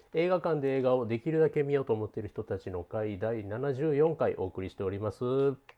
映画館で映画をできるだけ見ようと思っている人たちの会第74回お送りしております。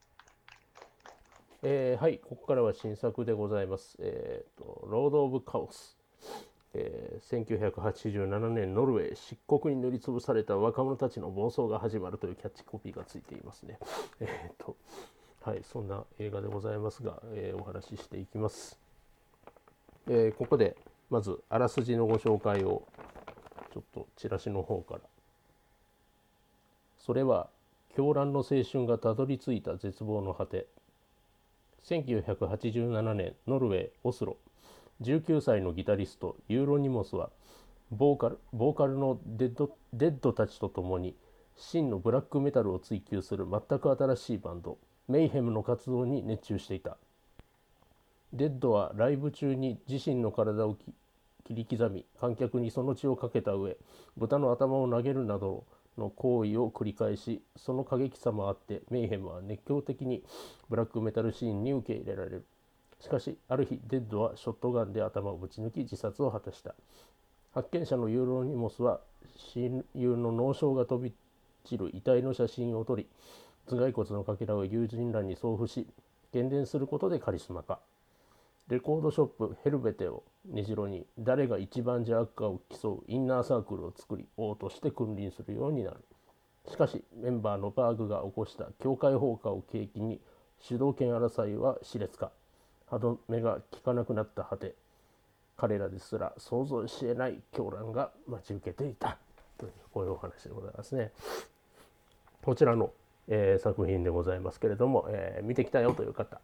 はい、ここからは新作でございます。ロード・オブ・カオス。1987年ノルウェー漆黒に塗りつぶされた若者たちの暴走が始まるというキャッチコピーがついていますね。はい、そんな映画でございますが、お話ししていきます。ここでまずあらすじのご紹介をちょっとチラシの方から。それは狂乱の青春がたどり着いた絶望の果て。1987年ノルウェー・オスロ。19歳のギタリストユーロニモスはボーカルのデッドたちと共に真のブラックメタルを追求する全く新しいバンドメイヘムの活動に熱中していた。デッドはライブ中に自身の体を切り刻み観客にその血をかけた上豚の頭を投げるなどの行為を繰り返し、その過激さもあってメイヘムは熱狂的にブラックメタルシーンに受け入れられる。しかしある日デッドはショットガンで頭をぶち抜き自殺を果たした。発見者のユーロニモスは親友の脳症が飛び散る遺体の写真を撮り頭蓋骨のかけらを友人らに送付し喧伝することでカリスマ化。レコードショップヘルベテを根城に誰が一番邪悪かを競うインナーサークルを作り王として君臨するようになる。しかしメンバーのバーグが起こした教会放火を契機に主導権争いは熾烈化。歯止めが効かなくなった果て彼らですら想像し得ない狂乱が待ち受けていたという、こういうお話でございますね。こちらの、作品でございますけれども、見てきたよという方、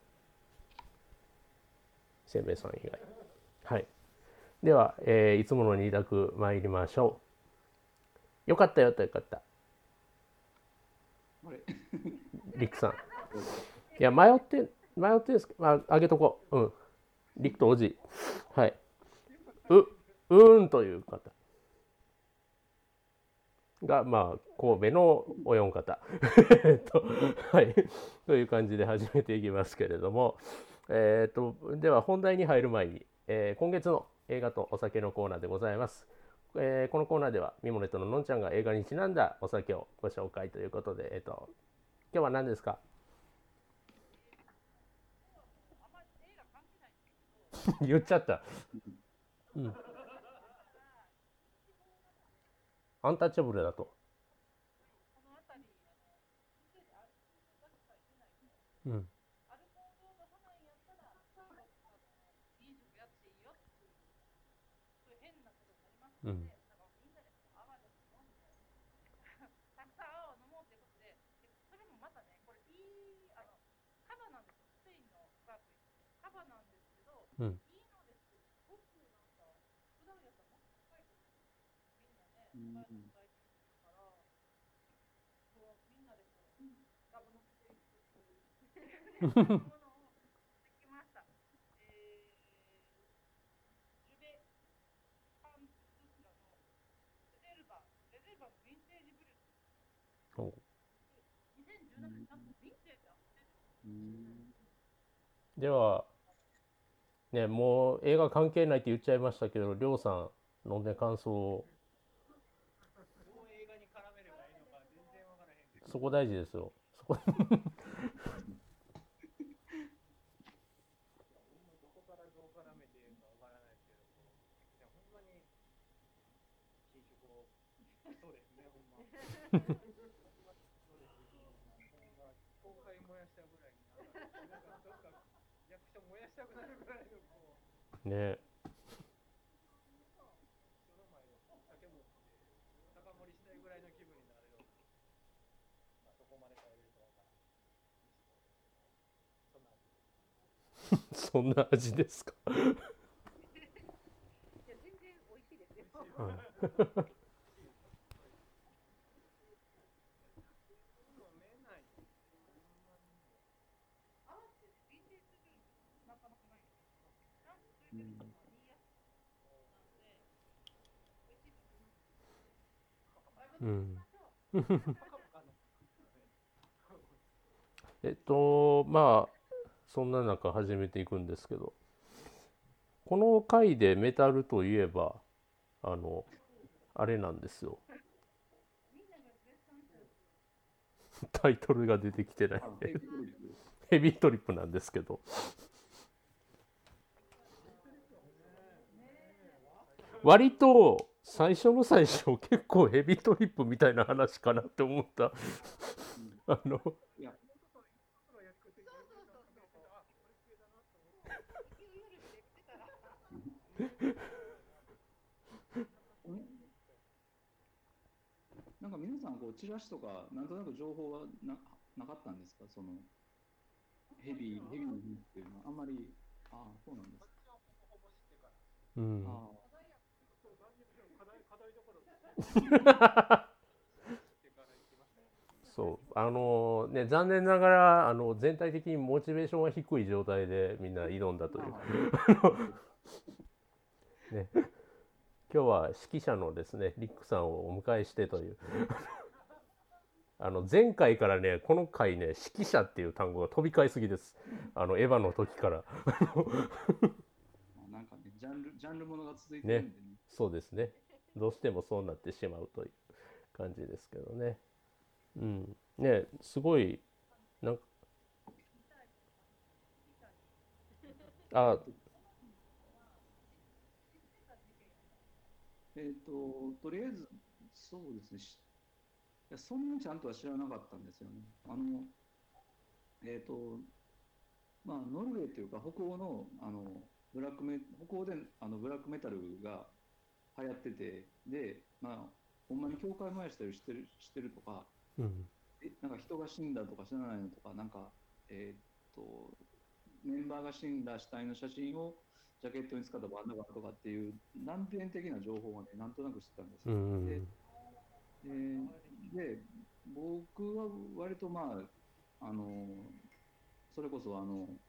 せんべいさん以外。はい。では、いつもの2択参りましょう。よかったよという方。リクさん。いや、迷ってんですけど、まあ、あげとこう。うん。リクとおじ。はい。という方が、まあ、神戸のお四方。はい。という感じで始めていきますけれども、では本題に入る前に、今月の映画とお酒のコーナーでございます。このコーナーではミモレットののんちゃんが映画にちなんだお酒をご紹介ということで、今日は何ですか？言っちゃった。うん。アンタッチャブルだと。うん。うん。うん。では、ね、もう映画関係ないって言っちゃいましたけど、りょうさん飲んで感想を。そこ大事ですよ。そこね。そんな味ですか？うん。まあそんな中始めていくんですけど、この回でメタルといえば、あのあれなんですよ。タイトルが出てきてない。 ヘビートリップ。 ヘビートリップなんですけど、割と最初の最初結構ヘビートリップみたいな話かなって思った。 うん。 あの、 いや、なんか皆さん、こう、チラシとか、なんとなく情報はなかったんですか？その、ヘビーの日っていうのは、あんまり、ああ、そうなんです。 うん。 ああ、 そうね、残念ながら全体的にモチベーションが低い状態でみんな挑んだという。 まあまあ、そうです。 ね、今日は指揮者のですねリックさんをお迎えしてという、前回からねこの回ね指揮者っていう単語が飛び交いすぎです。エヴァの時からまあ、なんかね、ジャンルものが続いてるね。 んでね。 そうですね、どうしてもそうなってしまうという感じですけどね。うんね、すごいなんかあえっと、とりあえず、そうですね。いや、そんなにちゃんとは知らなかったんですよね。えっと、まあ、ノルウェーというか、北欧の、北欧で、ブラックメタルが流行ってて、で、まあ、ほんまに教会燃やしたりしてるとか、 うん。 なんか人が死んだとか死なないのとか、なんか、えっと、メンバーが死んだ死体の写真をジャケットに使ったバンドがあるとかっていう断片的な情報がね、なんとなく知ってたんですうよ。で、 ん。 えーで、僕は割とまあ、それこそ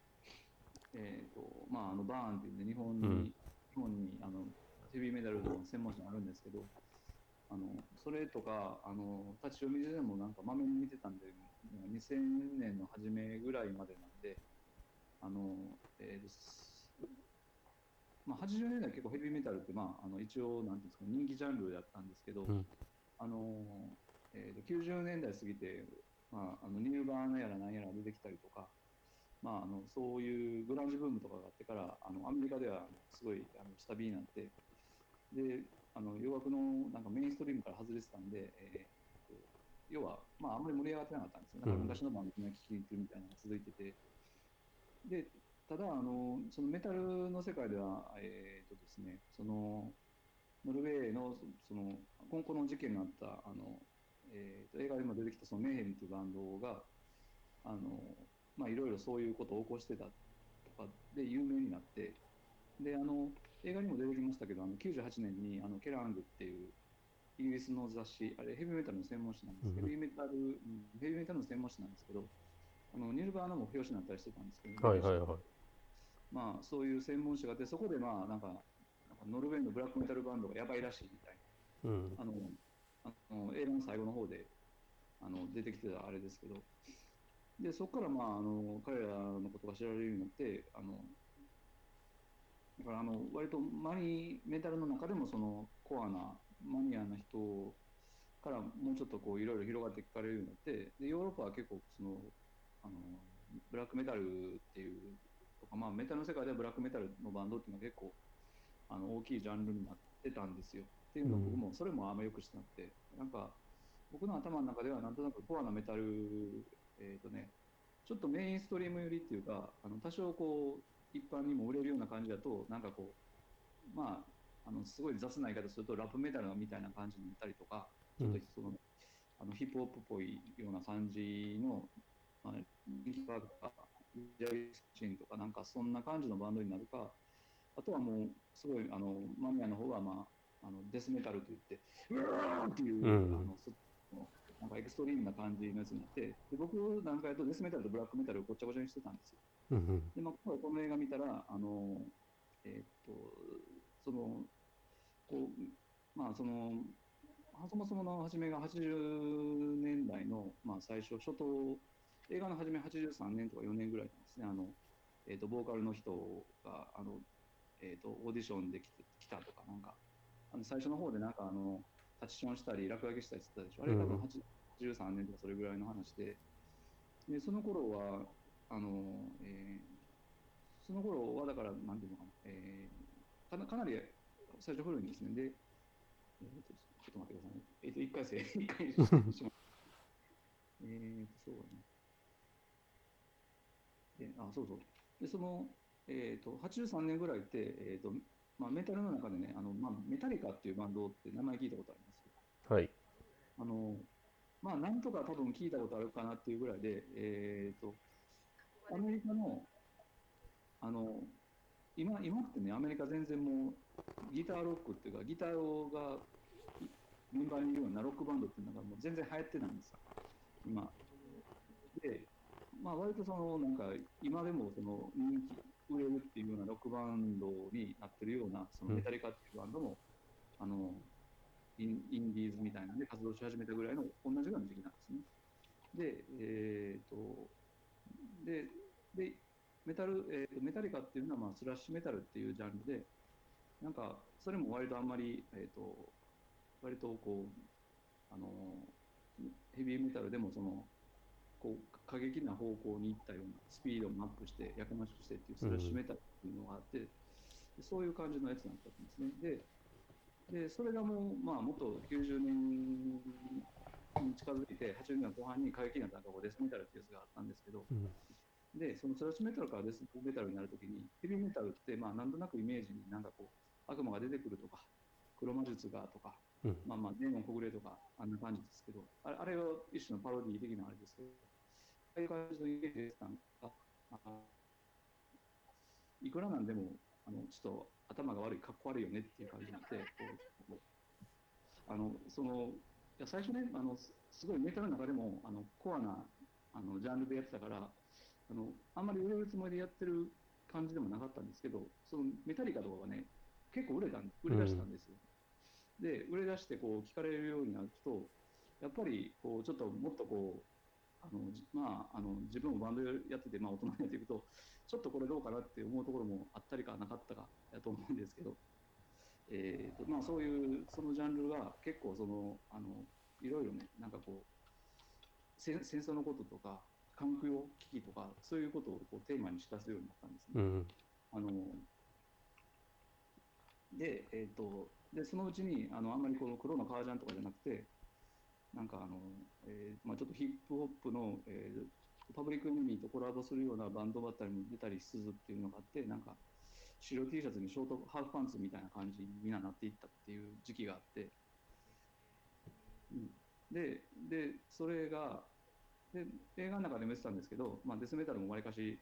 バーンっていうね、 うん。 日本にヘビーメタルの専門誌があるんですけど、それとか、立ち読みでもなんかまめに見てたんで、2000年の初めぐらいまでなんで、あの、えーとまあ、80年代結構ヘビーメタルって、まあ、一応、なんていうんですか、人気ジャンルだったんですけど、 うん。 あの、90年代過ぎて、まあ、ニルバーナやら何やら出てきたりとか、まあ、そういうグランジブームとかがあってから、アメリカではすごい下火になって、で、洋楽のなんかメインストリームから外れてたんで、要は、まあ、あんまり盛り上がってなかったんですよ。だからうん。 昔の番組が聴きに行ってるみたいなのが続いてて、で、ただ、そのメタルの世界では、ですね、ノルウェーの、今後の事件があった、映画でも出てきたそのメイヘムというバンドが、あの、まあ、いろいろそういうことを起こしてたとかで有名になって、で、映画にも出てきましたけど、98年に、ケラングっていう、イギリスの雑誌、あれ、ヘビーメタルの専門誌なんです。 うん。 ヘビーメタルの専門誌なんですけど、ニルバーナも表紙になったりしてたんですけど、 はい表紙とか。 はいはい。 まあ、そういう専門誌があって、そこで、まあ、なんかノルウェーのブラックメタルバンドがやばいらしいみたいうん。 な、映画の最後の方で、出てきてたあれですけど、で、そこから、まあ、彼らのことが知られるようになって、だから割とメタルの中でもそのコアなマニアな人からもうちょっとこういろいろ広がっていかれるようになって、でヨーロッパは結構あのブラックメタルっていうとか、まあ、メタルの世界ではブラックメタルのバンドっていうのは結構大きいジャンルになってたんですよ。っていうのを僕うん。 もそれもあんまよくしてなくて、なんか僕の頭の中ではなんとなくコアなメタル、ちょっとメインストリーム寄りっていうか、多少こう一般にも売れるような感じだと、なんかこう、まあ、すごい雑な言い方すると、ラップメタルみたいな感じになったりとか、ちょっとうん。 ヒップホップっぽいような感じの、まあ、人気バーとか、ジャイシーンとか、なんかそんな感じのバンドになるか、あとはもう、すごい、マニアの方は、まあ、デスメタルといって、うーんっていう、 うん。 なんかエクストリームな感じのやつになって、で僕なんかやとデスメタルとブラックメタルをごちゃごちゃにしてたんですよ。 うん。 で、まあ、今回この映画見たら、えーっと、その、こう、まあ、そもそもの初めが80年代の、まあ、最初、初頭、映画の初め83年とか4年ぐらいなんですね。ボーカルの人が、オーディションで来たとか、なんか、最初の方でなんかタッチションしたり落書きしたりしてたでしょ。あれ多分83年とかそれぐらいの話で、でその頃はその頃はだからなんていうのかな、かなり最初古いんですね。で、ちょっと待ってくださいね。一回します。そうだね。そうそう。で、83年ぐらいって、メタルの中でね、メタリカっていうバンドって名前聞いたことあります？ はい。 あの、なんとか多分聞いたことあるかなっていうぐらいで、アメリカの、あの、今ってね、アメリカ全然もう、ギターロックっていうか、ギターがメンバーにいるようなロックバンドっていうのがもう全然流行ってないんですよ、今。で、割となんか、今でも人気、売れるっていうようなロックバンドになってるような、メタリカっていうバンドも、あの、インディーズみたいなんで活動し始めたぐらいの同じぐらいの時期なんですね。で、で、で、メタリカっていうのは、スラッシュメタルっていうジャンルで、なんか、それも割とあんまり、割とヘビーメタルでも過激な方向に行ったようなスピードもアップしてやかましくしてっていうスラッシュメタルっていうのがあって、そういう感じのやつだったんですね。でそれがもっと90年に近づいて80年代後半に過激なデスメタルっていうやつがあったんですけど、でそのスラッシュメタルからデスメタルになるときにヘビーメタルってなんとなくイメージになんか悪魔が出てくるとか黒魔術がとか、デーモン小暮とかあんな感じですけど、あれは一種のパロディ的なあれですけど、ああいう感じのイメージでしたが、いくらなんでもちょっと頭が悪い、かっこ悪いよねっていう感じになって、最初ね、すごいメタルの中でもコアなジャンルでやってたから、あんまり売れるつもりでやってる感じでもなかったんですけど、そのメタリカとかがね、結構売れ出したんですよ。で、売れ出して聞かれるようになると、やっぱりちょっともっと自分もバンドやってて、大人になっていくと、ちょっとこれどうかなって思うところもあったりかなかったかやと思うんですけど、そういうそのジャンルが結構いろいろね、なんか戦争のこととか環境危機とかそういうことをテーマにしだすようになったんですね。あのでそのうちにあんまり黒の革ジャンとかじゃなくて、なんかちょっとヒップホップの、パブリックエネミーとコラボするようなバンドばったりも出たりしつつっていうのがあって、なんか白 T シャツにショートハーフパンツみたいな感じにみんななっていったっていう時期があって、でそれが映画の中でも言ってたんですけど、デスメタルもわりかし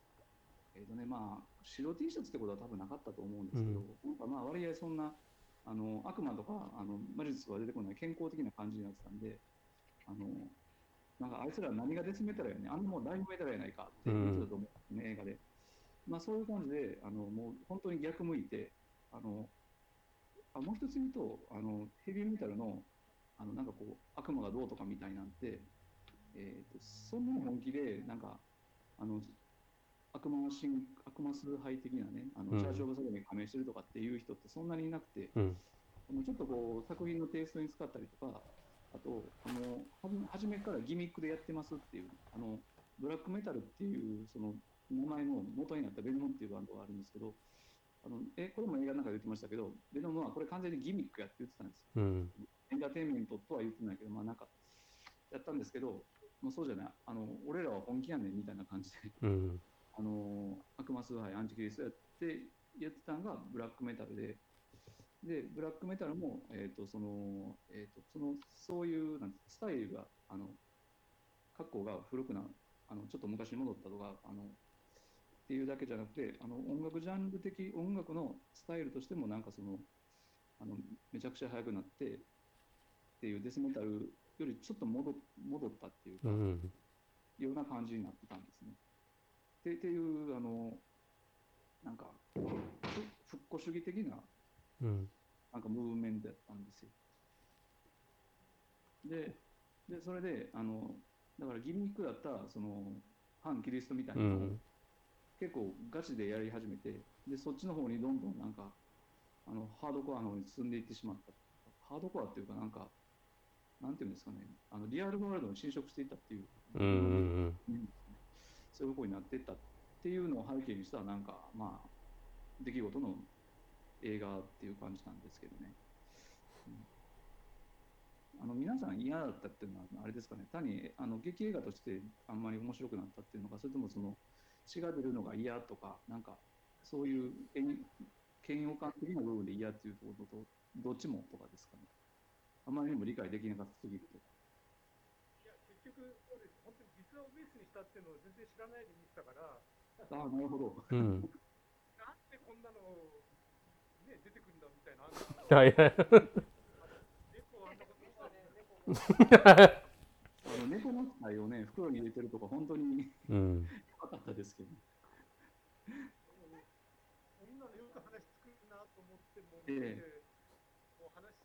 白 T シャツってことは多分なかったと思うんですけど、なんか割合そんな悪魔とか魔術とか出てこない健康的な感じになってたんで、なんかあいつら何がデスメタルやねん、もうライブメタルやないかって言ってたと思うんですね、映画で。そういう感じでもう本当に逆向いて、もう一つ言うとヘビーメタルのなんか悪魔がどうとかみたいなんて、そんなに本気でなんか悪魔崇拝的なね、チャーチ・オブ・サドンに加盟してるとかっていう人ってそんなにいなくて、ちょっと作品のテイストに使ったりとか、あと初めからギミックでやってますっていうブラックメタルっていうその名前の元になったベノムっていうバンドがあるんですけど、これも映画の中で言ってましたけど、ベノムはこれ完全にギミックやって言ってたんですよ。エンターテインメントとは言ってないけど、なんかやったんですけど、もうそうじゃない、俺らは本気やねんみたいな感じで、悪魔崇拝アンチキリストやってやってたのがブラックメタルで、ブラックメタルも、そういうなんスタイルが格好が古くなちょっと昔に戻ったとかっていうだけじゃなくて、音楽ジャンル的音楽のスタイルとしてもなんかめちゃくちゃ速くなってっていうデスメタルよりちょっと戻ったっていうか、ような感じになってたんですね。っていうなんか復古主義的ななんかムーブメントだったんですよ。でそれでだからギミックだった反キリストみたいなのを結構ガチでやり始めて、でそっちの方にどんどんなんかハードコアの方に進んでいってしまった。 ハードコアっていうか、なんていうんですかね、リアルワールドに侵食していったっていう、 うんうんそういう方になっていったっていうのを背景にしたまあ、出来事の映画っていう感じなんですけどね。皆さん嫌だったっていうのはあれですかね、単に劇映画としてあんまり面白くなったっていうのか、それともその血が出るのが嫌とか、そういう嫌悪感的な部分で嫌っていうこととどっちもとかですかね。あまりにも理解できなかったすぎると。 いや、結局そうです。本当に実話をベースにしたっていうのを全然知らないで見てたから、 ああ、なるほど。 うん。 なんでこんなの、ね、出てくるんだみたいな。 はいはい。 猫あんなことしたね。 猫の死体をね、袋に入れてるとか、本当にうん。 良かったですけど。 こんなのよく話作るなと思っても、もう話、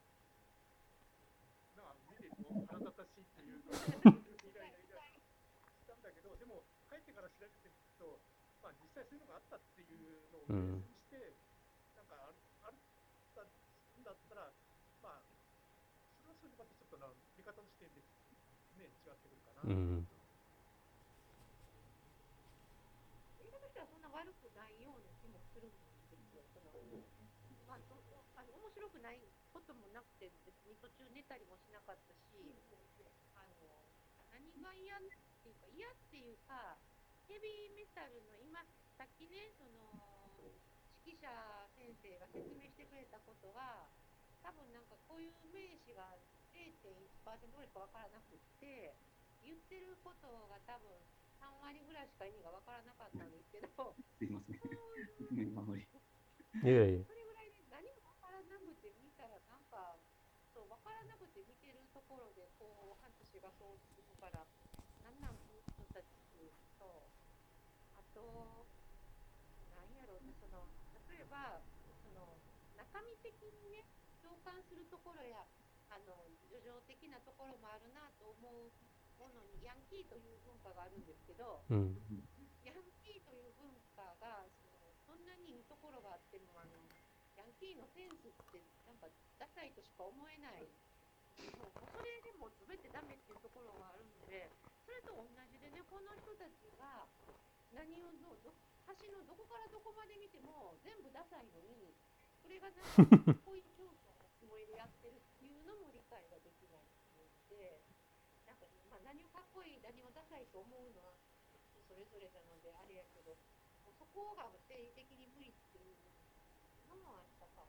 見て腹立たしいっていうか、イライラしたんだけど、でも帰ってから調べてみると、まあ、実際そういうのがあったっていうのをベースにして、あったんだったら、まあ、それはそれでまたちょっと見方の視点で、ね、違ってくるかな。 うん。 映画としてはそんな悪くないような気もするんですよ。まあ、面白くないこともなくて、別に途中寝たりもしなかったし、何が嫌っていうか、ヘビーメタルの今、さっきね、指揮者先生が説明してくれたことが、多分こういう名詞が 0.1% ぐらいしかわからなくって、言ってることが多分3割ぐらいしか意味がわからなかったんですけど、 すいません。 いやいや。 それぐらいで何もわからなくて見たらそうわからなくて見てるところでこうハンチがそうするからなんなんこの人たちとあとなんやろうね例えば中身的にね共感するところや叙情的なところもあるなと思うものにヤンキーという文化があるんですけど、 うん。 ヤンキーという文化がそんなにいいところがあってもヤンキーのセンスってダサいとしか思えない。もうそれでも全てダメっていうところがあるので、それと同じでね、この人たちが何を橋のどこからどこまで見ても全部ダサいのに、それがかっこいい競争のつもりでやってるっていうのも理解ができないので、まあ、何をかっこいい、何をダサいと思うのはそれぞれなのであれやけど、もうそこが生理的に無理っていうのもあったかも。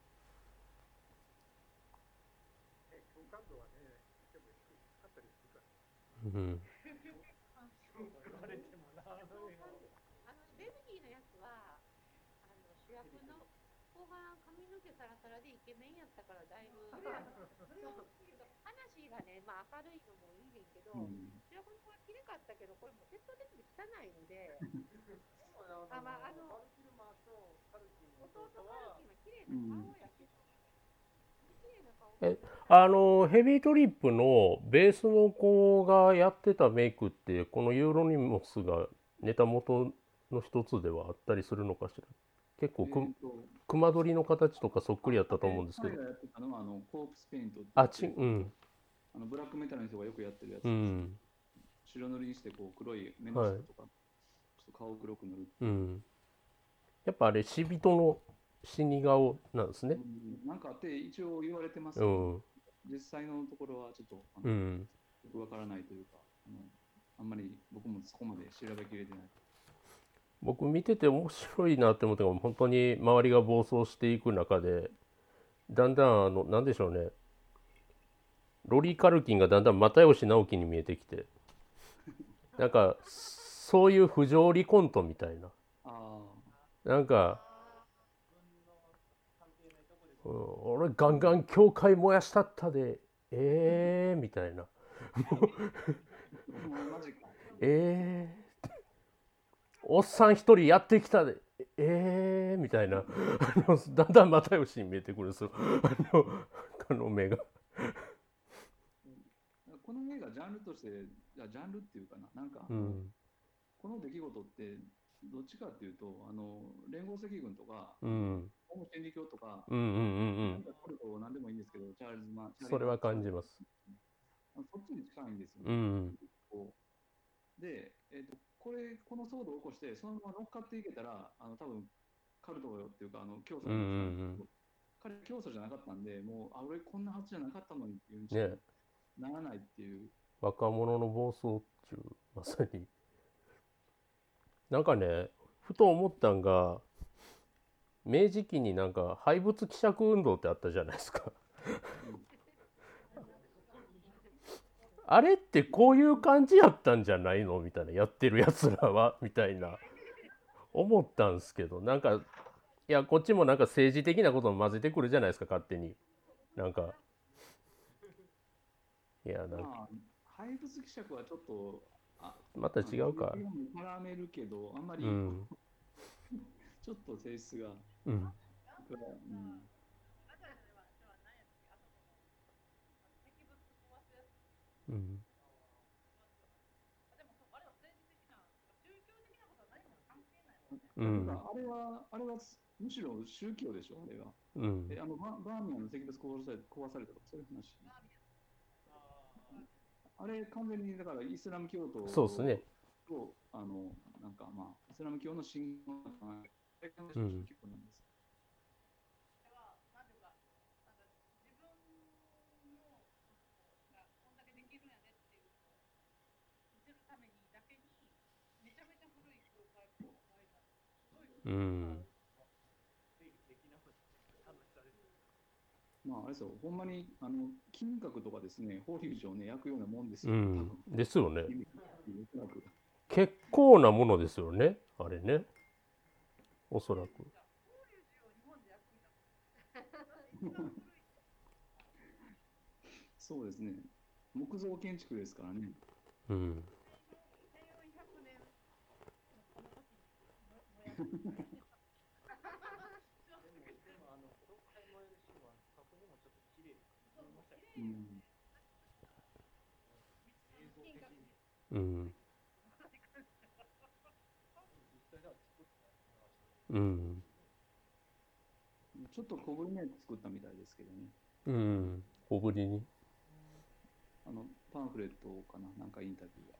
共感度はね、でも低かったりするから。 うん。 言われてもな、 ベルギーのやつは主役の後半髪の毛サラサラでイケメンやったからだいぶ話がね、まあ、明るいのもいいねんけど、主役の子は綺麗かったけどこれもう鉄頭鉄尾で汚いので弟カルキンは綺麗な顔やけど、 ヘビートリップのベースの子がやってたメイクってこのユーロニモスがネタ元の一つではあったりするのかしら。結構熊取の形とかそっくりやったと思うんですけど。 彼がやってたのはコープスペイントってうん。 ブラックメタルの人がよくやってるやつ、 うん、 白塗りにして黒い目の下とか、ちょっと顔を黒く塗る、 うん、やっぱあれ死人の死に顔なんですね、 なんかあって一応言われてますけど、実際のところはちょっとよくわからないというか、あんまり僕もそこまで調べきれてない。 僕見てて面白いなって思ったのが、本当に周りが暴走していく中でだんだんなんでしょうね、ロリー・カルキンがだんだん又吉直樹に見えてきて、なんかそういう不条理コントみたいな、なんか、俺ガンガン教会燃やしたったでみたいなおっさん一人やってきたでみたいなだんだん又吉に見えてくるんですよ目がこの映画ジャンルとしてジャンルっていうかな、この出来事ってどっちかっていうと連合赤軍とか、オウム真理教とか、なんかトルコ何でもいいんですけど、 チャールズ・それは感じます。 そっちに近いんですようね。 ん。 で、この騒動を起こして、そのまま乗っかっていけたら、多分カルトっていうか、教祖うんうになってたんんうん。 ですけど、彼、教祖じゃなかったんで、もう、俺、こんなはずじゃなかったのにっていうにしかね、 ならないっていう。 若者の暴走っちゅう、まさに。なんかね、ふと思ったんが、明治期になんか廃仏希釈運動ってあったじゃないですか。あれってこういう感じやったんじゃないのみたいな、やってるやつらはみたいな思ったんすけど、なんか、いやこっちもなんか政治的なことも混ぜてくるじゃないですか、勝手に。なんか、いやなんかまあ、廃物希釈はちょっと、 また違うか。 絡めるけど、あんまり、 うん。 ちょっと性質が、 うん。 うん、 うん。うん。 あれはむしろ宗教でしょ、あれは。 うん。 バーミヤンの石仏壊されたとか、そういう話。あれ、完全にだからイスラム教徒そうですね。 と、なんかまあ、イスラム教の信仰のあれが宗うん。 教なんです。 うん。 まあ、あれですよ、ほんまに、金閣とかですね、法隆寺をね、焼くようなもんですよ、多うん。 分。 ですよね。 おそらく。 結構なものですよね、あれね、おそらく。 そうですね。木造建築ですからね。 うん。 うん。 うん。うん。 ちょっと小ぶりのやつ作ったみたいですけどね。 うん。小ぶりに。 パンフレットかな、なんかインタビューが。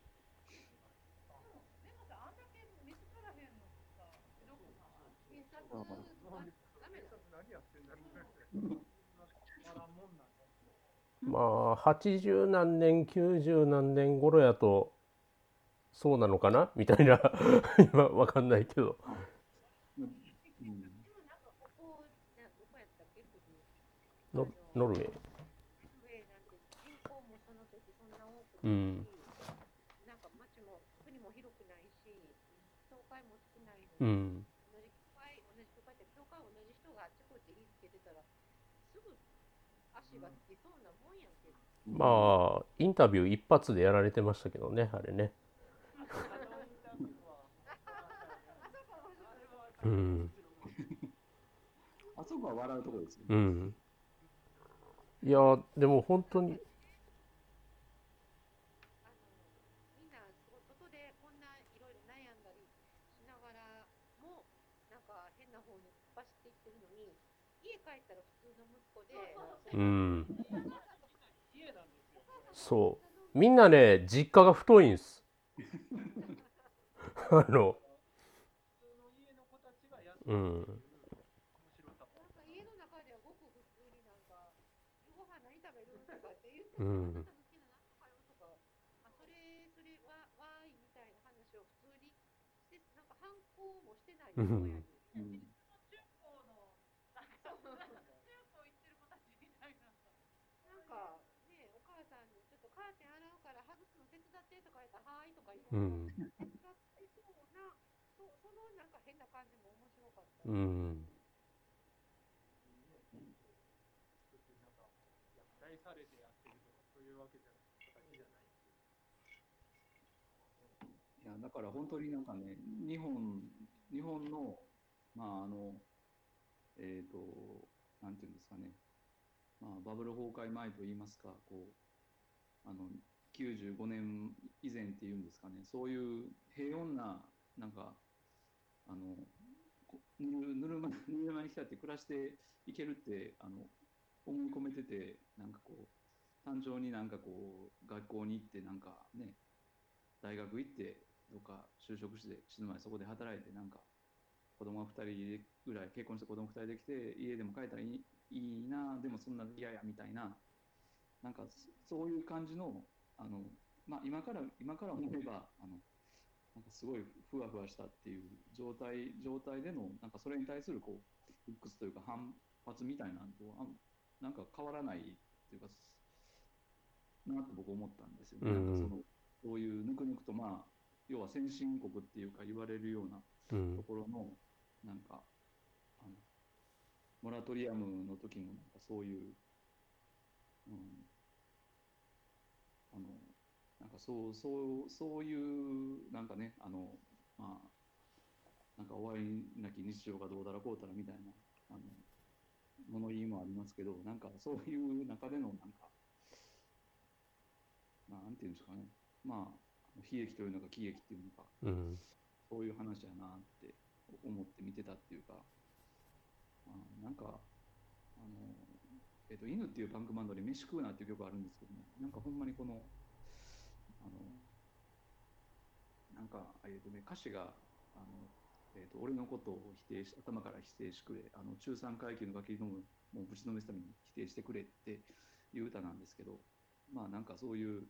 まあ80何年90何年頃やとそうなのかなみたいな今わかんないけど。 うん。 ノルウェー。うん。 なんか町も国も広くないし、教会も少ないのうに、 ん。 同じ教会って教会同じ人があっちこっち言いつけてたら、すぐ足がつきそうなもんやんけ。 まあインタビュー一発でやられてましたけどね、あれね。うん。 あそこは笑うところですよね。 うん。いやでも本当に。 みんなすごい外でこんないろいろ悩んだりしながらも、なんか変な方に突っ走っていってるのに、家帰ったら普通の息子で、 うん。そう。みんなね、実家が太いんす。あの、うん。 なんか家の中ではごく普通になんか、ご飯何食べるとかって言って、 うん。 あなたの好きな何とかよとか、それはわーいみたいな話を普通にして、なんか反抗もしてないよ、 うん。 親に。 うん。 なんかね、お母さんにちょっとカーテン洗うから外すの手伝ってとか言ったら、はーいとか言っても、 うん。 手伝ってそうな、そのなんか変な感じも面白かった。 うん。 いや、だから本当になんかね、日本の、まあ、なんていうんですかね、まあ、バブル崩壊前といいますか、95年以前っていうんですかね、そういう平穏な、なんか、あの、ぬるま湯に浸って暮らしていけるって、思い込めててて、なんかこう単調になんかこう学校に行ってなんかね、大学行ってどっか就職して死ぬまでそこで働いて、なんか子供が2人ぐらい結婚して子供2人できて家でも帰ったらいいな、でもそんな嫌やみたいな、なんかそういう感じのまあ、今から思えばなんかすごいふわふわしたっていう状態でのなんかそれに対するこうフックスというか反発みたいなのとなんか変わらないっていうかなと僕思ったんですよね。なんかそういうぬくぬくと、まあ要は先進国っていうか言われるようなところのなんかモラトリアムの時のなんかそういう、なんかそういうなんかねまあなんか終わりなき日常がどうだらこうたらみたいな物言いもありますけど、なんかそういう中でのなんかなんていうんですかね、まあ悲劇というのか喜劇っていうのか、そういう話やなって思って見てたっていうか、なんか犬っていうパンクバンドで飯食うなっていう曲あるんですけども、なんかほんまにこのなんか歌詞が俺のことを頭から否定してくれ、中産階級のガキどもをぶちのめすために否定してくれっていう歌なんですけど、まあなんかそういう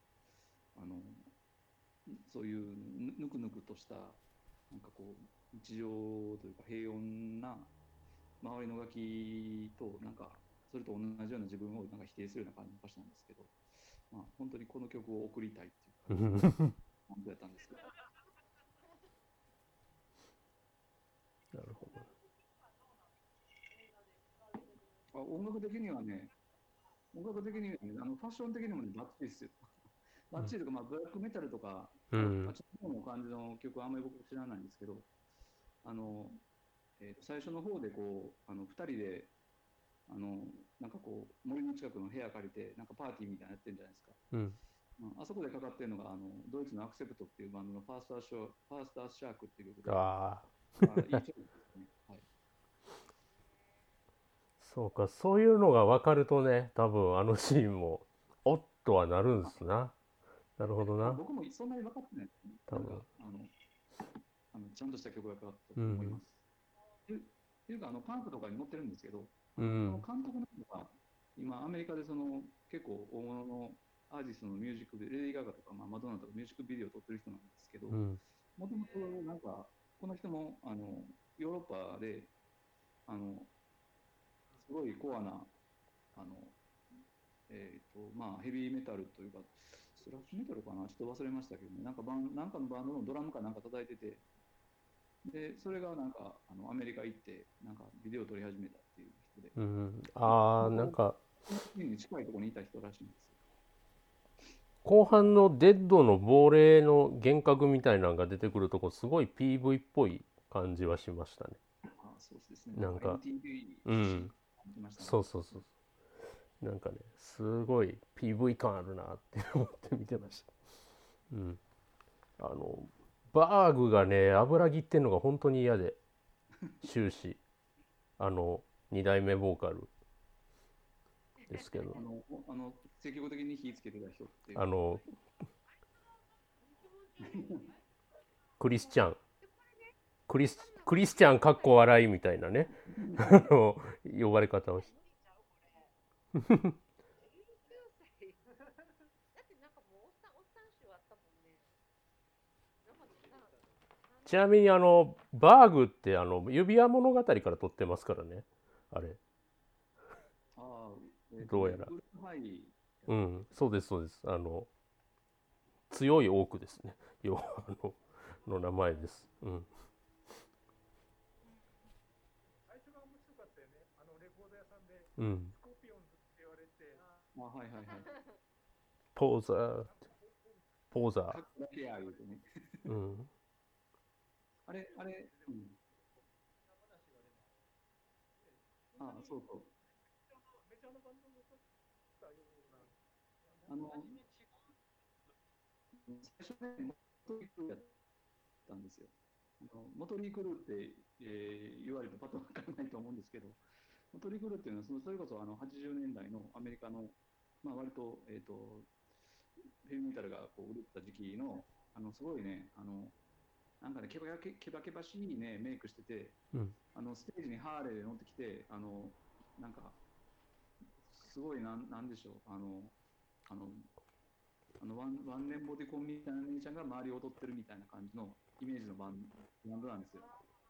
そういうぬくぬくとしたなんかこう日常というか平穏な周りのガキとなんかそれと同じような自分をなんか否定するような感じの歌詞なんですけど、まあ本当にこの曲を送りたいっていう感じの本当やったんですけど。 なるほど。音楽的にはね、ファッション的にもね、バッチリですよ。バッチリとか、まあ、ブラックメタルとか、あっちの方の感じの曲はあんまり僕知らないんですけど、最初の方でこう2人でなんかこう森の近くの部屋借りてなんかパーティーみたいなのやってるんじゃないですか。あそこでかかってるのがドイツのアクセプトっていうバンドのファーストアースシャークっていう曲で、いい曲ですね。はい。 そうか、そういうのが分かるとね、多分あのシーンもおっとはなるんですな。なるほどな。 僕もそんなに分かってないですね。多分ちゃんとした曲がかかったと思います。っていうかパンクとかに載ってるんですけど、この監督の人が今アメリカで結構大物のアーティストのミュージックビデオ、レディー・ガガとか、マドンナとかミュージックビデオを撮ってる人なんですけど、もともとなんかこの人もヨーロッパですごいコアなまあヘビーメタルというかスラッシュメタルかな、ちょっと忘れましたけどね、なんかのバンドのドラムかなんか叩いてて、でそれがなんかアメリカ行ってなんかビデオを撮り始めたっていう人で、 なんかに近いところにいた人らしいんですよ。 後半のデッドの亡霊の幻覚みたいなのが出てくるとこすごい PV っぽい感じはしましたね。 そうですね。 なんかそうなんかねすごい PV 感あるなって思って見てました。バーグがね油切ってんのが本当に嫌で終始2代目ボーカルですけど積極的に火つけてた人ってクリスチャンかっこ笑いみたいなね呼ばれ方をしてちなみにバーグって指輪物語から撮ってますからね、あれ。どうやらそうです強いオークですね、要はの名前です。 最初が面白かったよね、レコード屋さんでスコーピオンズって言われて、 ポーザーあれそうそう、 メジャーなバンドの歌ったような、 最初ねモトリークルーやったんですよ。モトリークルーって、言われるとパッと分からないと思うんですけど、 トリクルっていうのはそれこそ80年代のアメリカの、まあ、割と、ヘビーメタルがこう売れた時期のすごいねなんかねケバケバしいねメイクしてて、 うん、 ステージにハーレーで乗ってきてなんかすごいなんでしょうワンレンボディコンみたいな姉ちゃんが周りを踊ってるみたいな感じのイメージのバンドなんですよ。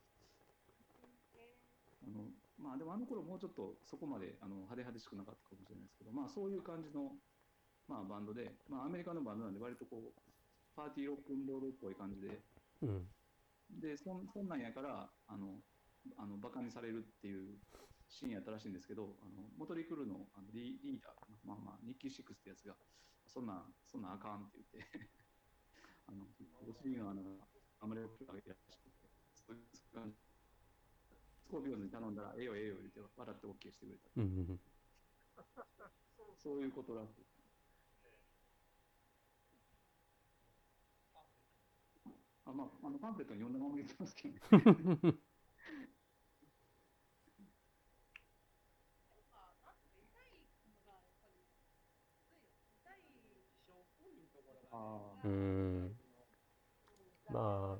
まあでも頃もうちょっとそこまで派手派手しくなかったかもしれないですけど、まあそういう感じの、まあ、バンドで、まあアメリカのバンドなんで割とこうパーティーロックンロールっぽい感じで、 うん、 でそんなんやからバカにされるっていうシーンやったらしいんですけど、モトリクルのリーダーかな、まあまあニッキー・シックスってやつがそんなんあかんって言ってお尻のあまり大きく上げてらしくて、そういう感じ。スコーピオンズに頼んだら、ええよええよ言って笑って OK してくれた。 うん、 そういうことらしい。まあ、パンフレットに読んだまま言ってますけどね。 うん、まあ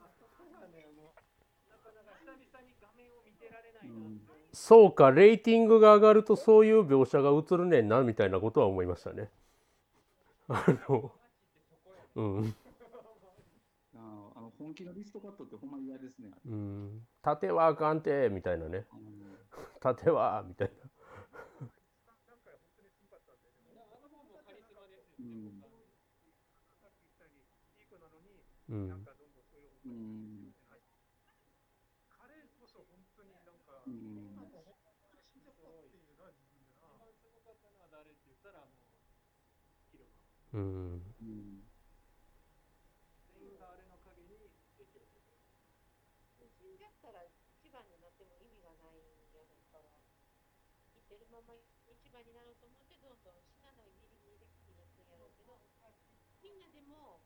そうか、レーティングが上がるとそういう描写が映るねんなみたいなことは思いましたね。うん。 本気のリストカットってほんまに嫌ですね。 うん。縦はあかんてみたいなね。縦はみたいな。うん。 彼こそ本当になんか、 うん。 死んじゃったっていうのは自分だな。一番強かったのは誰って言ったらもうヒロうん。 全員があれの陰にできる。 死んじゃったら一番になっても意味がないんじゃないから、生きてるまま一番になろうと思ってどんどん死なないギリギリで聞きに行くんやろうけど、みんなでも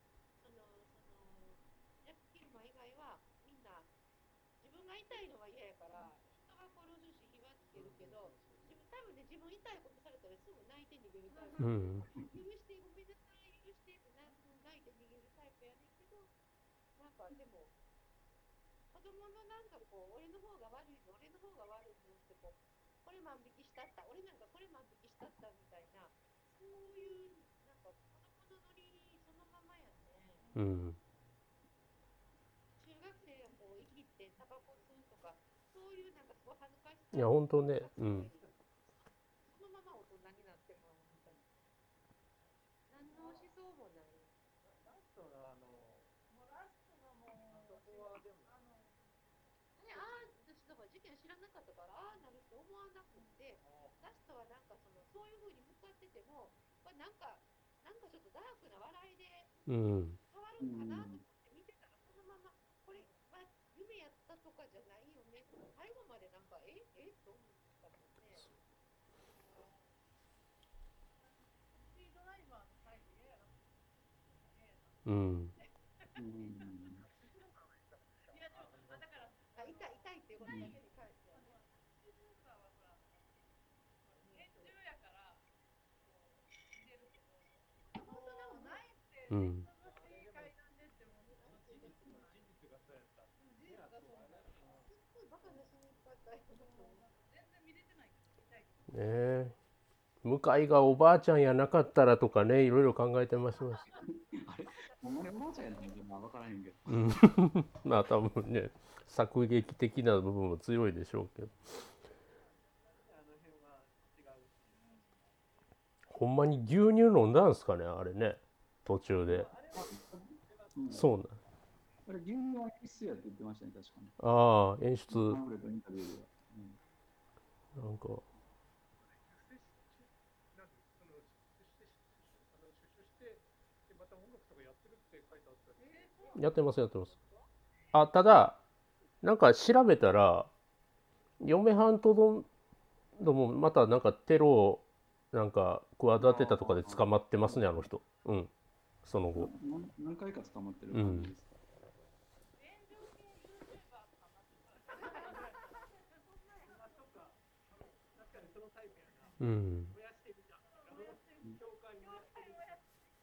ジャック・キルマ以外はみんな自分が痛いのは嫌やから人が殺すし火はつけるけど、多分ね自分痛いことされたらすぐ泣いて逃げるタイプ、うん、許してごめんなさい許してって泣いて逃げるタイプやねんけど、なんかでも子供のなんかこう俺の方が悪いのってこれ万引きしたった俺なんかこれ万引きしたったみたいな、そういうなんか子供のノリそのままやね。 うん。 中学生がこう生きてタバコ吸うとかそういうなんかすごい恥ずかしさ。 いや本当ね。うん。 そのまま大人になってもみたいな。何の思想もない。 ラストのそこはでも私だから事件知らなかったからなると思わなくて、ラストはなんかそういう風に向かってても、これなんかちょっとダークな笑いで変わるのかなと思って見てたら、そのままこれは夢やったとかじゃないよねとか最後までなんかと思ったもんね。スピードライバーの最後嫌やな。 うん。 痛いっていうことだけに関してはね。 うん。ねえ。向井がおばあちゃんやなかったらとかね、いろいろ考えてます。 あれ、ほんまにおばあちゃんやったのか分からへんけど。 うん。まあ多分ね、作劇的な部分も強いでしょうけど。ほんまに牛乳飲んだんすかね、あれね、途中で。そうなん。 あれ、牛乳は必須やって言ってましたね、確かに。 ああ、演出。なんか。やってます。あ、ただ、なんか調べたら、嫁はんとどもまたなんかテロをなんか企てたとかで捕まってますね、あの人。うん。その後。 何回か捕まってる感じですか。 うん。 燃やしてみた。教会燃やしてみた。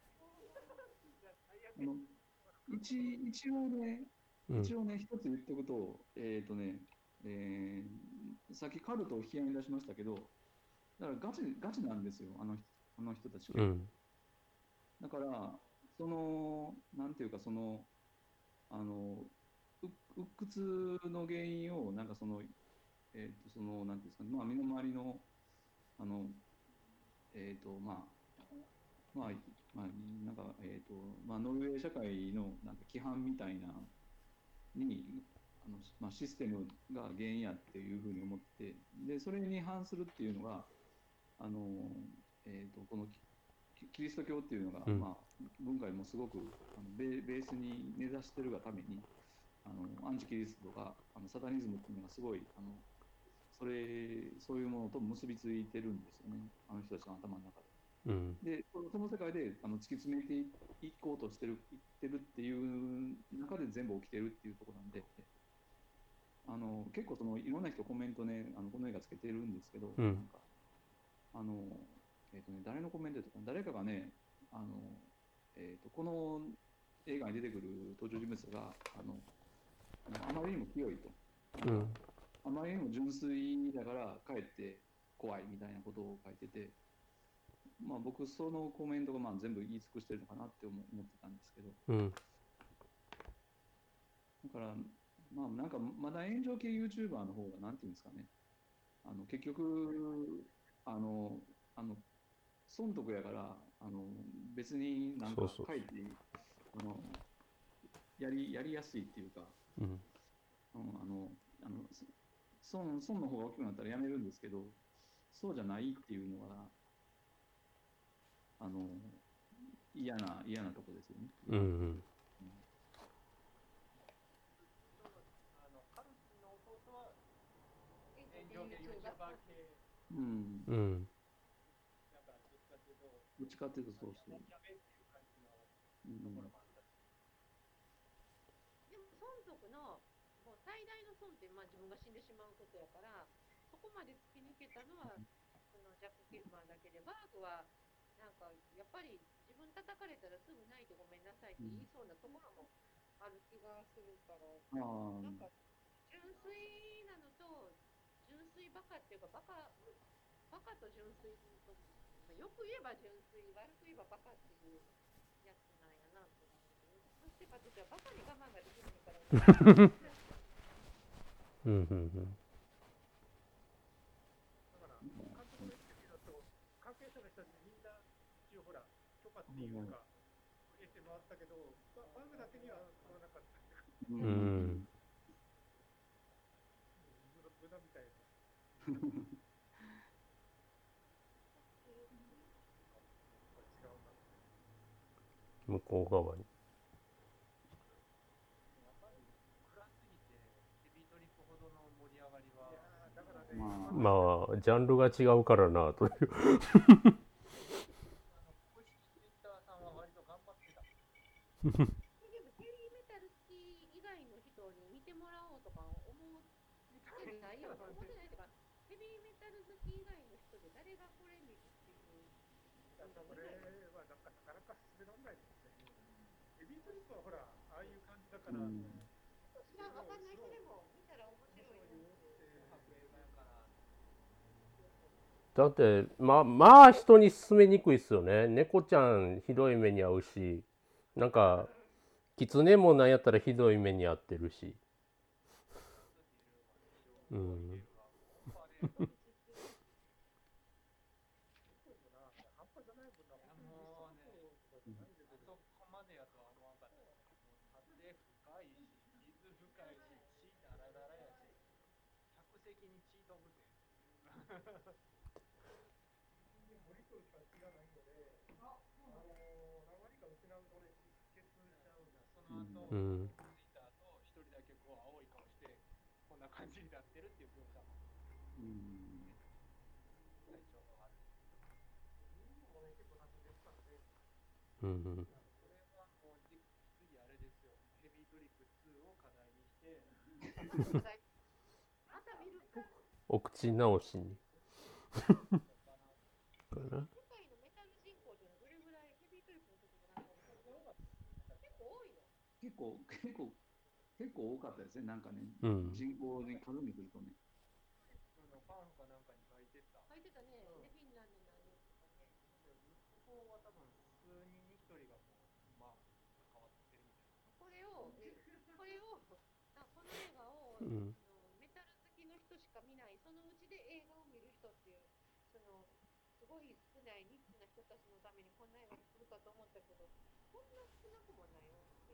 最悪あの一応ね、 うん。 一つ言っておくと、えさっきカルトを引き合いに出しましたけど、だからガチなんですよ、あの人たち結構。 うん。 だから、なんていうか、あの、鬱屈の原因を、なんかなんていうんですかね、まあ、身の回りの、あの、えっと、まあ、まあ、まあ、なんか、まあ、ノルウェー社会のなんか規範みたいなに、まあ、システムが原因やっていうふうに思ってて、で、それに反するっていうのが、あの、このキリスト教っていうのが、 うん。 まあ、文化にもすごくベースに根ざしてるがために、アンチキリストとかサタニズムっていうのがすごいそういうものと結びついてるんですよね、あの人たちの頭の中うん。 で。で、その世界で突き詰めていこうといってるっていう中で全部起きてるっていうところなんで、結構いろんな人コメントね、この映画つけてるんですけど、 うん。 なんか、あの、誰のコメントとか、誰かがね、この映画に出てくる登場人物が、あまりにも清いと。なんか、 うん。 あまりにも純粋だからかえって怖いみたいなことを書いてて、まあ僕そのコメントがまあ全部言い尽くしてるのかなって思ってたんですけど、 うん。 だからまあなんかまだ炎上系 YouTuber の方がなんていうんですかね、結局あのあの損得やから別になんかそうそう書いてあのやりやすいっていうか、 そう。うん。 うん、あの損の方が大きくなったらやめるんですけど、そうじゃないっていうのがあの嫌なとこですよね。 うん。うん。 うんカルチの弟は炎炎上系 YouTuber 系うん、 うん。 だからどっちかというと、 どっちかっていうとそうそう。 やめっていう感じのうん、 ところもあったし。 でも損得のもう最大の損って、まあ、自分が死んでしまうことやから、そこまで突き抜けたのはそのジャック・キルマンだけで、バーグはなんかやっぱり自分叩かれたらすぐ泣いてごめんなさいって言いそうなところもある気がするから、 ああ、 なんか純粋なのと純粋バカっていうか、バカと純粋と、まあ、よく言えば純粋、悪く言えばバカっていうやつなんやなと思う。そして私はバカに我慢ができないから、 うん。うん。 だから、監督のインタビューだと、関係者の人たちみんな、一応ほら、許可っていうか、得て回ったけど、バグだけには取らなかったっていうか、 ううん。 ん、 無駄みたいな。これ違うんだって。 向こう側に。 やっぱり暗すぎて、ヘビートリップほどの盛り上がりは。いやだからね、 まあ、 まあ、ジャンルが違うからな、という。 公式ツイッターさんは割と頑張ってた。 でもヘビーメタル好き以外の人に見てもらおうとか思ってないよ。思ってないとか、ヘビーメタル好き以外の人で誰がこれ見るっていう。 これはなんかなかなか進められないですね。ヘビートリップはほら、ああいう感じだから、 うん、 まあ、わかんない人でも見たら面白いよっていう。 映画やから。 だって、まあ、人に勧めにくいっすよね。猫ちゃんひどい目に遭うし、なんか、狐もなんやったらひどい目に遭ってるし。うん。 半端じゃない分だ。もうね、そこまでやとは思わなかった。もう縦深いし、傷深いし、血だらだらやし、客席に血飛ぶぜ。無理としか気がないので、何割か失うとね、失血しちゃうんだ。その後、 うん。 ついた後、一人だけこう青い顔して、こんな感じになってるっていう描写もうん、 体調が悪い。見るのもね、結構大変ですからね。 うん。 これはもう次あれですよ。ヘビートリップ2を課題にして、 また見るか。 お口直しに。 かな。 世界のメタル人口っていうのはどれぐらい、ヘビートリップの時もなんか結構多いの。 結構多かったですね。なんかね、 うん。 人口に数にするとね。 パンフかなんかに書いてた。 書いてたね、でフィンランド何人とかね。 向こうは多分数人に1人がもう、まあ、関わってるみたいな。 これを、この映画を、 うん。 メタル好きの人しか見ない、そのうちで映画を見る人っていう、すごい少ないニッチな人たちのためにこんな映画作るかと思ったけど、こんな少なくもないよって。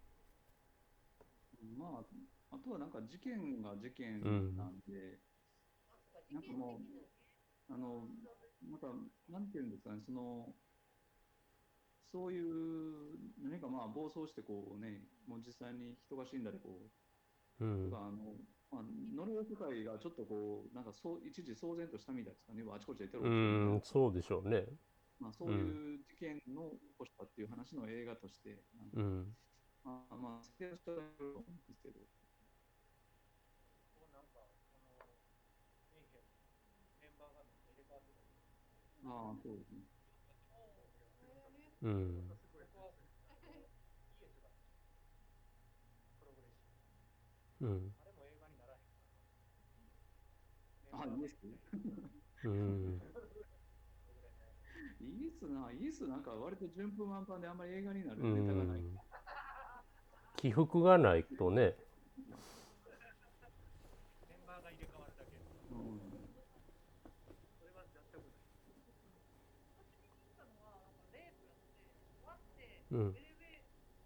まあ、あとはなんか事件が事件うん。 なんで、 あ、そうか、事なんかも件的なね。 う、なんか、なんていうんですかね、そういう何かまあ暴走してこうね、もう実際に人が死んだりこう、とうん。 かまあ、ノルウェー世界がちょっとこう、なんか一時騒然としたみたいですかね、あちこちでテロう起きてるみたいな、 ん、そうでしょうね。 まあ、そううん。 いう事件の起こしたっていう話の映画として、なんか、 うん。 まあ、設定はしてると思うんですけど、 こうなんか、このメイヘム、メンバーがめっちゃ入れ替わってたり、 ああ、そうですね。 うん。 僕はイエスがプログレッシうん。 ブ。あれも映画にならへんかな。メンあ、 バーがイエスめっちゃ入れ替わってうん。 るぐらいの映画。 イエスなんか割と順風満帆であんまり映画になうるネタがない。 ん。起伏がないとね。 メンバーが入れ替わるだけ。 うん。 それは納得ない。 私に聞いたのは、なんかレープやって、終わって、 うん。 エレベ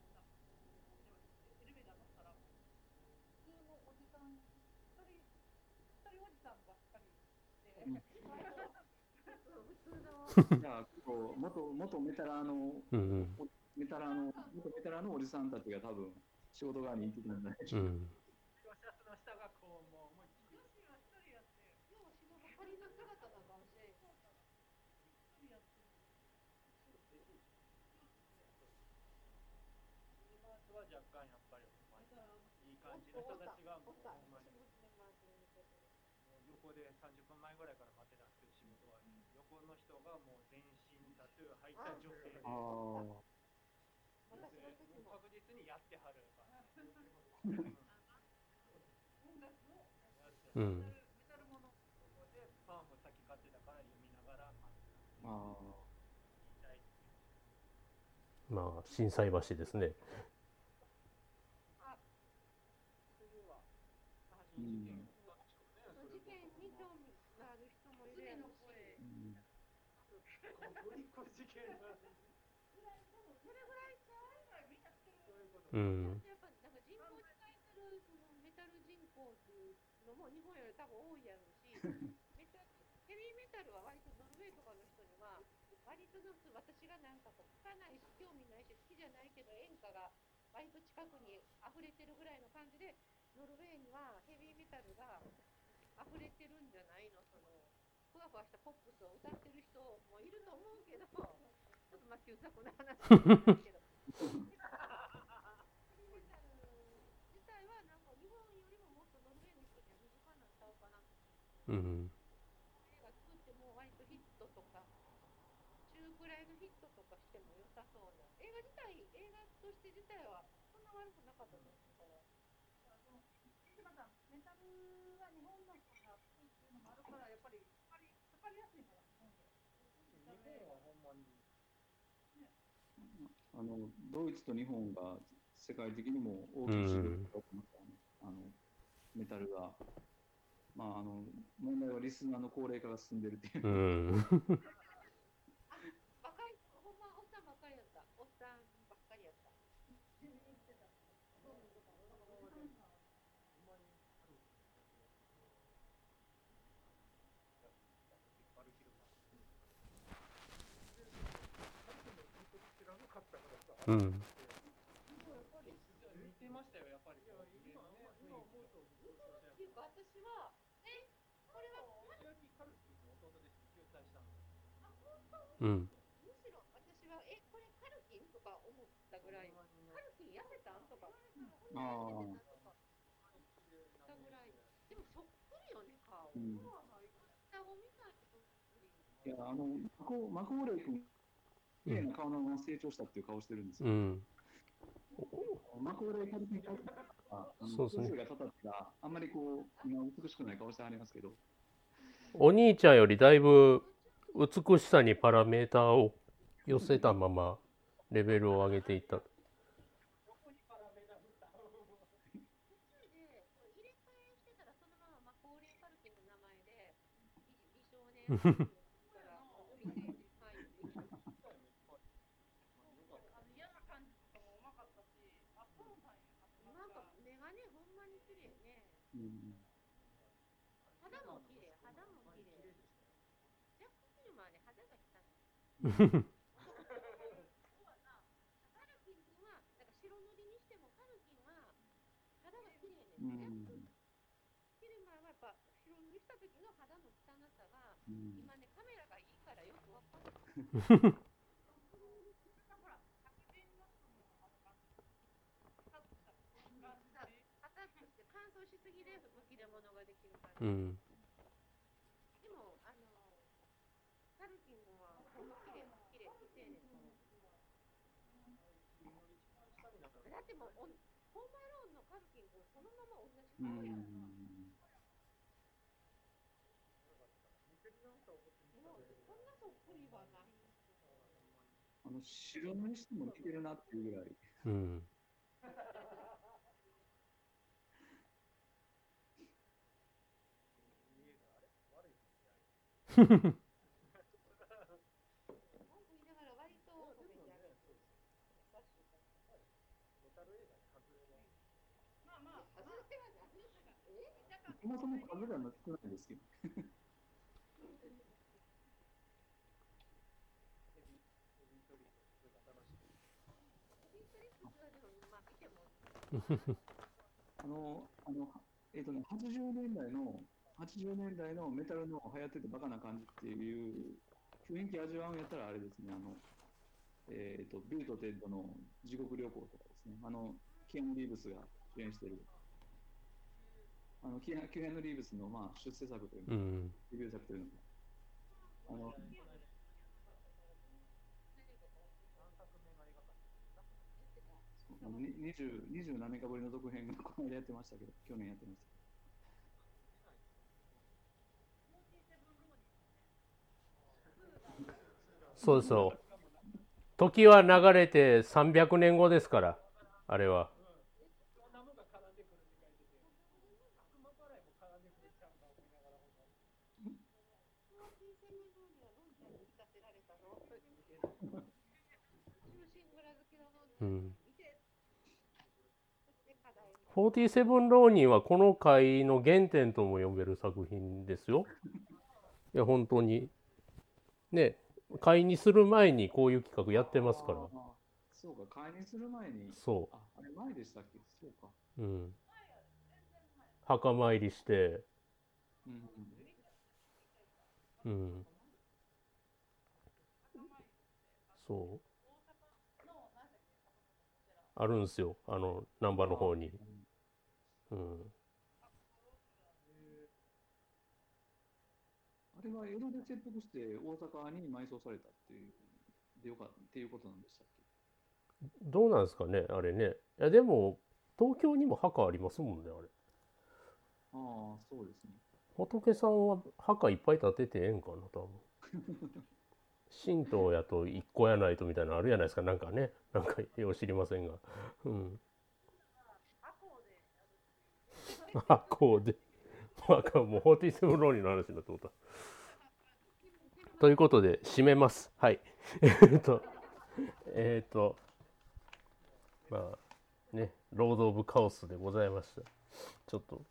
ーター乗ったら、普通のおじさん、一人おじさんばっかりで、普通の、 じゃあ、こううん。 元メタラーのおじさんたちが多分仕事側に行ってたんじゃないでしょうか。 うん。 シャツの下がこう、もう思いっきり。 女子は一人やって、要は仕事仮の姿なんかもしれん。一人やって、 今は若干やっぱりほんまにいい感じの人たちがもうほんまに横で30分前ぐらいから待ってたんですけど、仕事終わりに横の人がもう全身タトゥー入った女性で、 あ確実にやってはる感じ。 うん。 そこでパンフ先買ってたから読みながら待ってあ、あ言いたいっていう。 まあ、心斎橋ですね。 次はう事件ん。 だったんでしょうね。 事件に興味がある人もいるやろし、 うん。 コンフリクト事件がそれぐらいちゃうみんなしてる。 そういうことうか。 ん。 やっぱなんか人口に対するそのメタル人口っていうのも日本より多分多いやろうし、ヘビーメタルは割とノルウェーとかの人には割と私がなんかこう聞かないし興味ないし好きじゃないけど演歌が割と近くに溢れてるぐらいの感じで、ノルウェーにはヘビーメタルが溢れてるんじゃないの、ふわふわしたポップスを歌ってる人もいると思うけど、ちょっとまあ旧作の話ですけど。ヘビーメタル自体はなんか日本よりももっとノルウェーの人には身近になっちゃうかな。 うん。 映画作っても割とヒットとか中くらいのヒットとかしても良さそうな映画として自体はそんな悪くなかったと思うから。またメタルは日本の人が好きっていうのもあるからやっぱりかかりやすいから日本で。 日本はほんまにドイツと日本が世界的にも大うきい市場ん。 だと思ったね。メタルが。まあ、問題はリスナーの高齢化が進んでるっていう。 うん。 若いほんまおっさんばっかりやった。おっさんばっかりやった。 バルヒルマン。知らなかったからさ。 うん。 似てましたよ、やっぱり。今思うとっていうか私はこれは石垣カルキの弟です。救済したの。 うん。 むしろ私はこれカルキンとか思ったぐらい、カルキン痩せたんとか、こんな痩せてたとかしたぐらい。でもそっくりよね顔。 うん。 双子みたいにそっくり。 いや、マコーレイ君、綺麗な顔のまま成長したっていう顔してるんですよ。マコーレイカルキンは、 そうですね。 年が経ったら、あんまりこう、今美しくない顔してはりますけど。 お兄ちゃんよりだいぶ美しさにパラメーターを寄せたままレベルを上げていった。 今ね、カメラがいいからよくわかる。乾燥しすぎで服着るものができるから。でも、カルキンはほんま綺麗、綺麗、丁寧。だってもう、ホームアローンのカルキンとそのまま同じ顔やん。そんなそっくりはない。 白塗りしても似てるなっていうぐらい。そもそも数が少ないですけど。80年代のメタルの流行っててバカな感じっていう雰囲気味わうんやったらあれですね、ビルとテッドの地獄旅行とかですね、キアヌ・リーブスが主演してる、キアヌ・リーブスの、まあ、出世作というのか、デビュー作というのか、20何年かぶりの続編がこの間やってましたけど、去年やってました。 そうそう。時は流れて300年後ですから、あれは。47浪人はこの回の原点とも呼べる作品ですよ。いや本当にね、会にする前にこういう企画やってますから。 そうか、会にする前に。 そう。 あれ前でしたっけ？そうか。 墓参りして。そう。あるんですよ。難波の方に。 あれは江戸で切腹して大阪に埋葬されたっていうことなんでしたっけ？ どうなんですかね、あれね。いやでも東京にも墓ありますもんね、あれ。 ああ、そうですね。 仏さんは墓いっぱい建ててええんかな、多分。神道やと一個やないとみたいなのあるじゃないですか、なんかね、なんかよう知りませんが。赤穂で。もう47浪人の話になってもた。ということで締めます。はい。まあね、ロード・オブ・カオスでございました。ちょっと